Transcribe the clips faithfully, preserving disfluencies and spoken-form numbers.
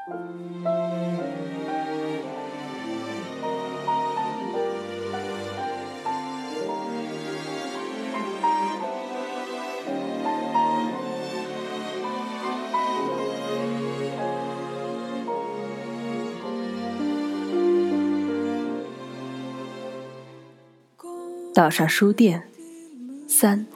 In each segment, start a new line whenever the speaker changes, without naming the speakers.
岛上书店三。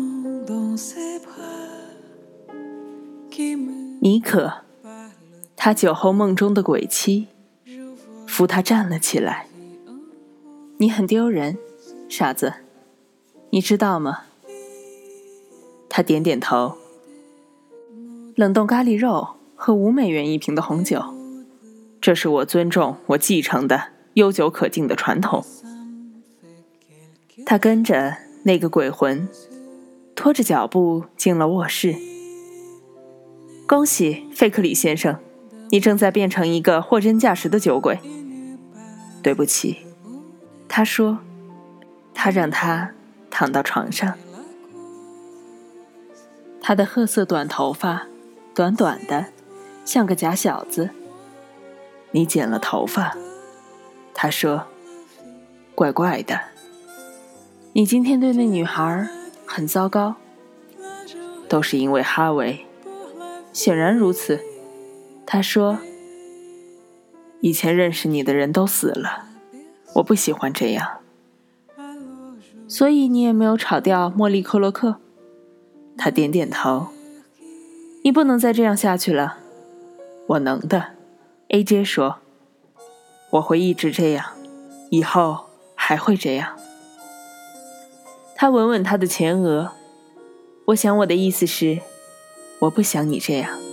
妮可，他酒后梦中的鬼妻，扶他站了起来。你很丢人，傻子，你知道吗？他点点头。冷冻咖喱肉和五美元一瓶的红酒，这是我尊重我继承的悠久可敬的传统。他跟着那个鬼魂拖着脚步进了卧室。恭喜费克里先生，你正在变成一个货真价实的酒鬼。对不起，他说。他让他躺到床上。他的褐色短头发短短的，像个假小子。你剪了头发，他说，怪怪的。你今天对那女孩很糟糕，都是因为哈维。显然如此，他说，以前认识你的人都死了，我不喜欢这样。所以你也没有炒掉莫莉克洛克？他点点头。你不能再这样下去了。我能的， A J 说，我会一直这样，以后还会这样。他吻吻他的前额。我想我的意思是，我不想你这样。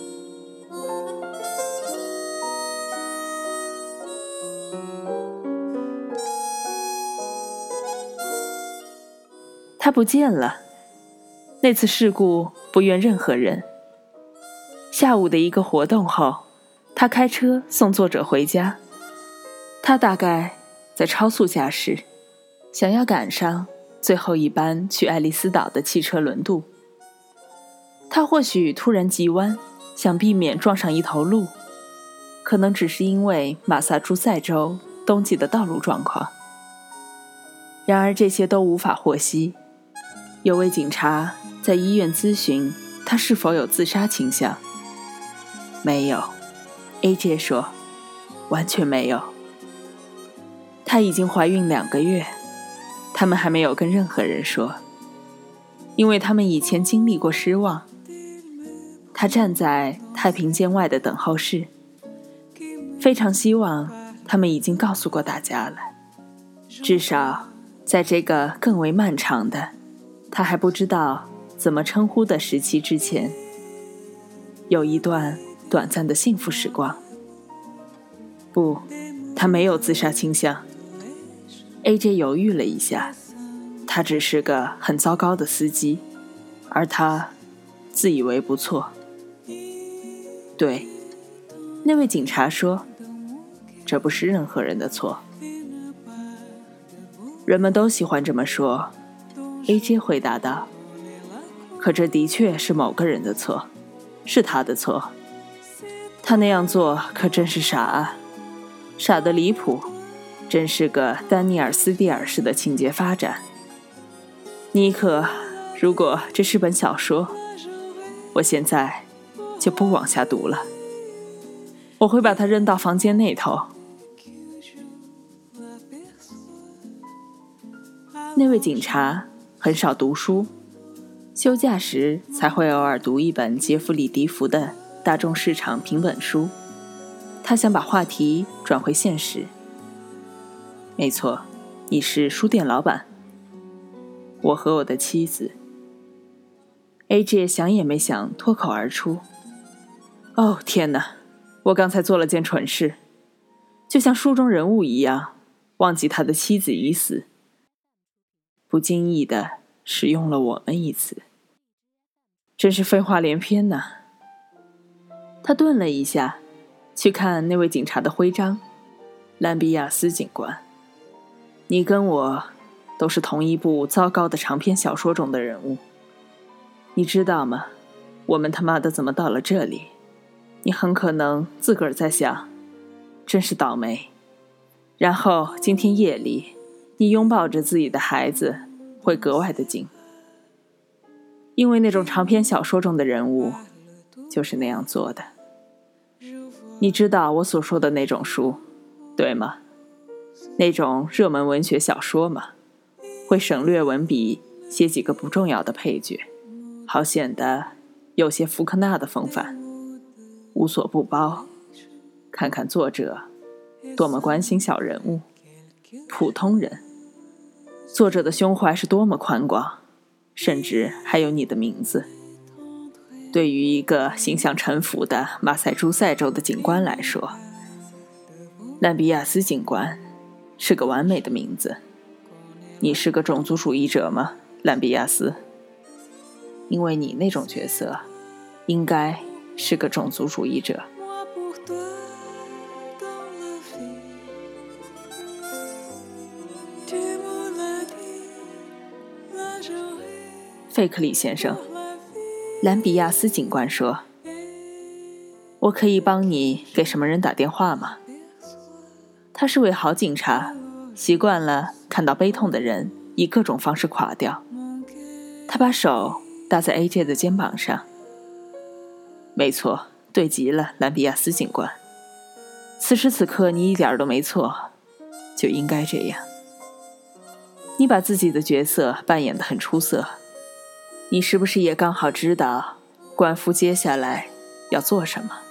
他不见了。那次事故不怨任何人。下午的一个活动后，他开车送作者回家。他大概在超速驾驶，想要赶上最后一班去爱丽丝岛的汽车轮渡。他或许突然急弯，想避免撞上一头鹿，可能只是因为马萨诸塞州冬季的道路状况。然而这些都无法获悉。有位警察在医院咨询他是否有自杀倾向。没有， A J 说，完全没有。她已经怀孕两个月，他们还没有跟任何人说，因为他们以前经历过失望。他站在太平间外的等候室，非常希望他们已经告诉过大家了，至少在这个更为漫长的他还不知道怎么称呼的时期之前，有一段短暂的幸福时光。不，他没有自杀倾向。 A J 犹豫了一下，他只是个很糟糕的司机，而他自以为不错。对，那位警察说，这不是任何人的错。人们都喜欢这么说， A J 回答道。可这的确是某个人的错，是他的错。他那样做可真是傻啊，傻得离谱，真是个丹尼尔斯蒂尔式的情节发展。妮可，如果这是本小说，我现在就不往下读了，我会把它扔到房间那头。那位警察很少读书，休假时才会偶尔读一本杰弗里·迪福的大众市场评本书。他想把话题转回现实。没错，你是书店老板。我和我的妻子。 A J 想也没想脱口而出，哦天哪，我刚才做了件蠢事，就像书中人物一样，忘记他的妻子已死，不经意地使用了我们一词，真是废话连篇呢。他顿了一下，去看那位警察的徽章，兰比亚斯警官。你跟我都是同一部糟糕的长篇小说中的人物，你知道吗？我们他妈的怎么到了这里？ 你很可能自个儿在想，真是倒霉。然后今天夜里，你拥抱着自己的孩子，会格外的紧。因为那种长篇小说中的人物，就是那样做的。你知道我所说的那种书，对吗？那种热门文学小说嘛，会省略文笔，写几个不重要的配角，好显得有些福克纳的风范，无所不包。看看作者多么关心小人物，普通人。作者的胸怀是多么宽广，甚至还有你的名字。对于一个形象沉浮的马赛诸塞州的警官来说，兰比亚斯警官是个完美的名字。你是个种族主义者吗，兰比亚斯？因为你那种角色应该是个种族主义者。费克里先生，兰比亚斯警官说，我可以帮你给什么人打电话吗？他是位好警察，习惯了看到悲痛的人以各种方式垮掉。他把手搭在 A J 的肩膀上。没错，对极了，兰比亚斯警官。此时此刻你一点都没错，就应该这样。你把自己的角色扮演得很出色。你是不是也刚好知道官夫接下来要做什么？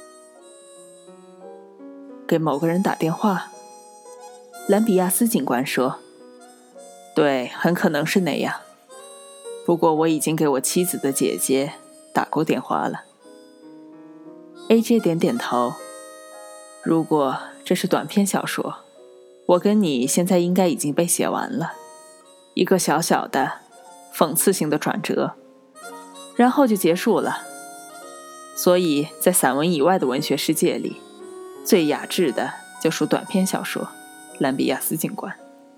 给某个人打电话？兰比亚斯警官说，对，很可能是那样。不过我已经给我妻子的姐姐打过电话了。A J 点点头。如果这是短篇小说，我跟你现在应该已经被写完了。一个小小的讽刺性的转折，然后就结束了。所以在散文以外的文学世界里，最雅致的就属短篇小说，兰比亚斯警官。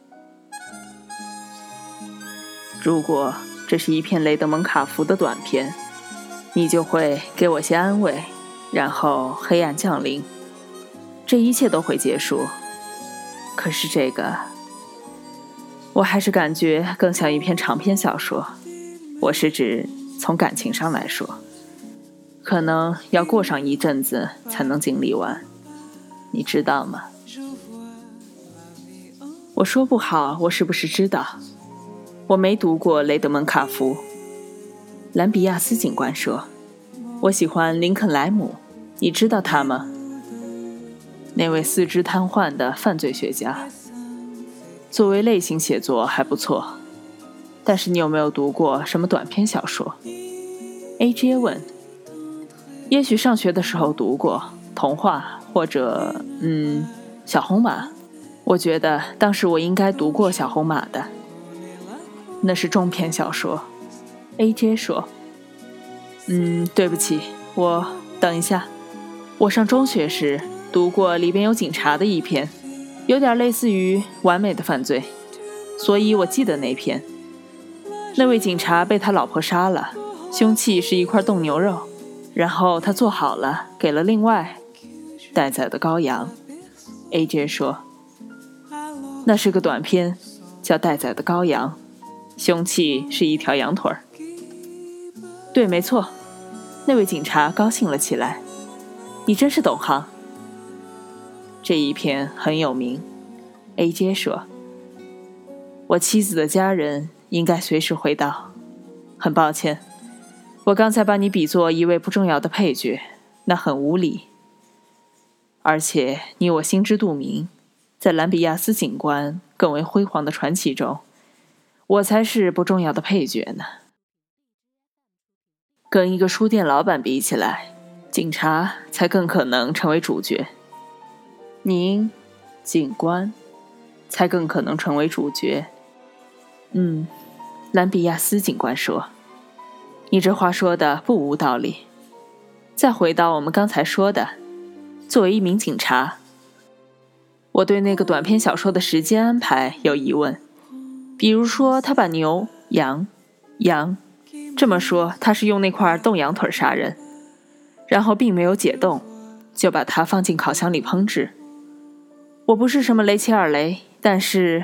如果这是一篇雷德蒙卡福的短篇，你就会给我些安慰，然后黑暗降临，这一切都会结束。可是这个，我还是感觉更像一篇长篇小说。我是指从感情上来说，可能要过上一阵子才能经历完，你知道吗？我说不好我是不是知道，我没读过雷德蒙卡夫。兰比亚斯警官说，我喜欢林肯莱姆，你知道他吗？那位四肢瘫痪的犯罪学家。作为类型写作还不错，但是你有没有读过什么短篇小说？ A J 问。也许上学的时候读过童话，或者嗯，小红马。我觉得当时我应该读过小红马的。那是中篇小说。 A J 说。嗯，对不起，我等一下，我上中学时读过里边有警察的一篇，有点类似于完美的犯罪，所以我记得那篇。那位警察被他老婆杀了，凶器是一块冻牛肉，然后他做好了给了另外待宰的羔羊。 A J 说，那是个短篇，叫待宰的羔羊，凶器是一条羊腿。对，没错。那位警察高兴了起来，你真是懂行。这一篇很有名。 A J 说，我妻子的家人应该随时回到。很抱歉，我刚才把你比作一位不重要的配角，那很无理。而且你我心知肚明，在兰比亚斯警官更为辉煌的传奇中，我才是不重要的配角呢。跟一个书店老板比起来，警察才更可能成为主角。您，警官，才更可能成为主角。嗯，兰比亚斯警官说，你这话说的不无道理。再回到我们刚才说的，作为一名警察，我对那个短篇小说的时间安排有疑问。比如说他把牛、羊、羊，这么说他是用那块冻羊腿杀人， 然后并没有解冻，就把它放进烤箱里烹制。我不是什么雷切尔雷，但是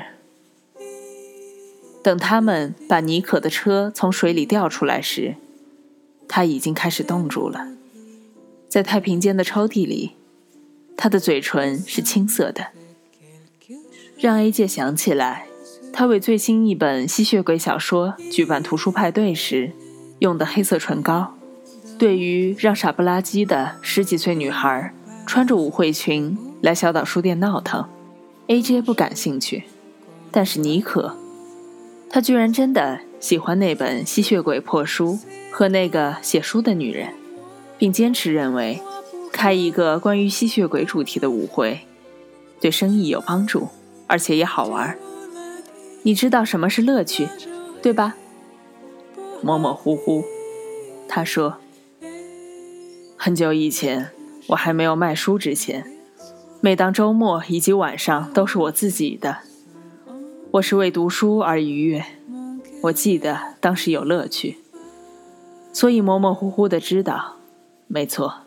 等他们把尼可的车从水里吊出来时，他已经开始冻住了。在太平间的抽屉里，他的嘴唇是青色的，让 A 姐想起来他为最新一本吸血鬼小说举办图书派对时用的黑色唇膏。对于让傻不拉几的十几岁女孩穿着舞会裙来小岛书店闹腾， A J 不感兴趣。但是尼可，他居然真的喜欢那本吸血鬼破书和那个写书的女人，并坚持认为开一个关于吸血鬼主题的舞会对生意有帮助，而且也好玩。你知道什么是乐趣，对吧？模模糊糊，他说。很久以前，我还没有卖书之前，每当周末以及晚上都是我自己的。我是为读书而愉悦，我记得当时有乐趣，所以模模糊糊地知道，没错。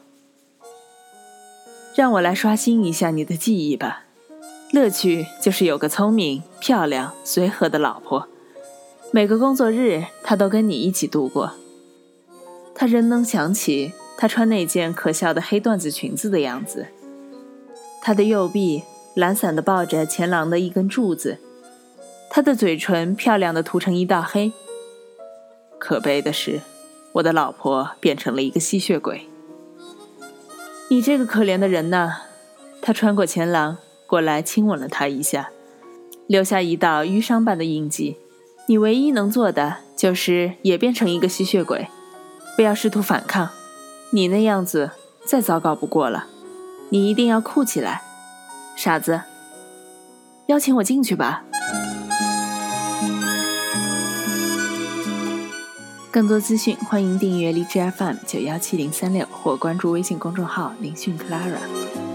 让我来刷新一下你的记忆吧。乐趣就是有个聪明、漂亮、随和的老婆，每个工作日她都跟你一起度过。她仍能想起她穿那件可笑的黑缎子裙子的样子，她的右臂懒散地抱着前廊的一根柱子，她的嘴唇漂亮地涂成一道黑。可悲的是，我的老婆变成了一个吸血鬼。你这个可怜的人呐！他穿过前廊过来亲吻了她一下，留下一道淤伤般的印记。你唯一能做的就是也变成一个吸血鬼，不要试图反抗，你那样子再糟糕不过了。你一定要酷起来，傻子。邀请我进去吧。更多资讯欢迎订阅荔枝 F M 九一七零三六或关注微信公众号林讯 Clara。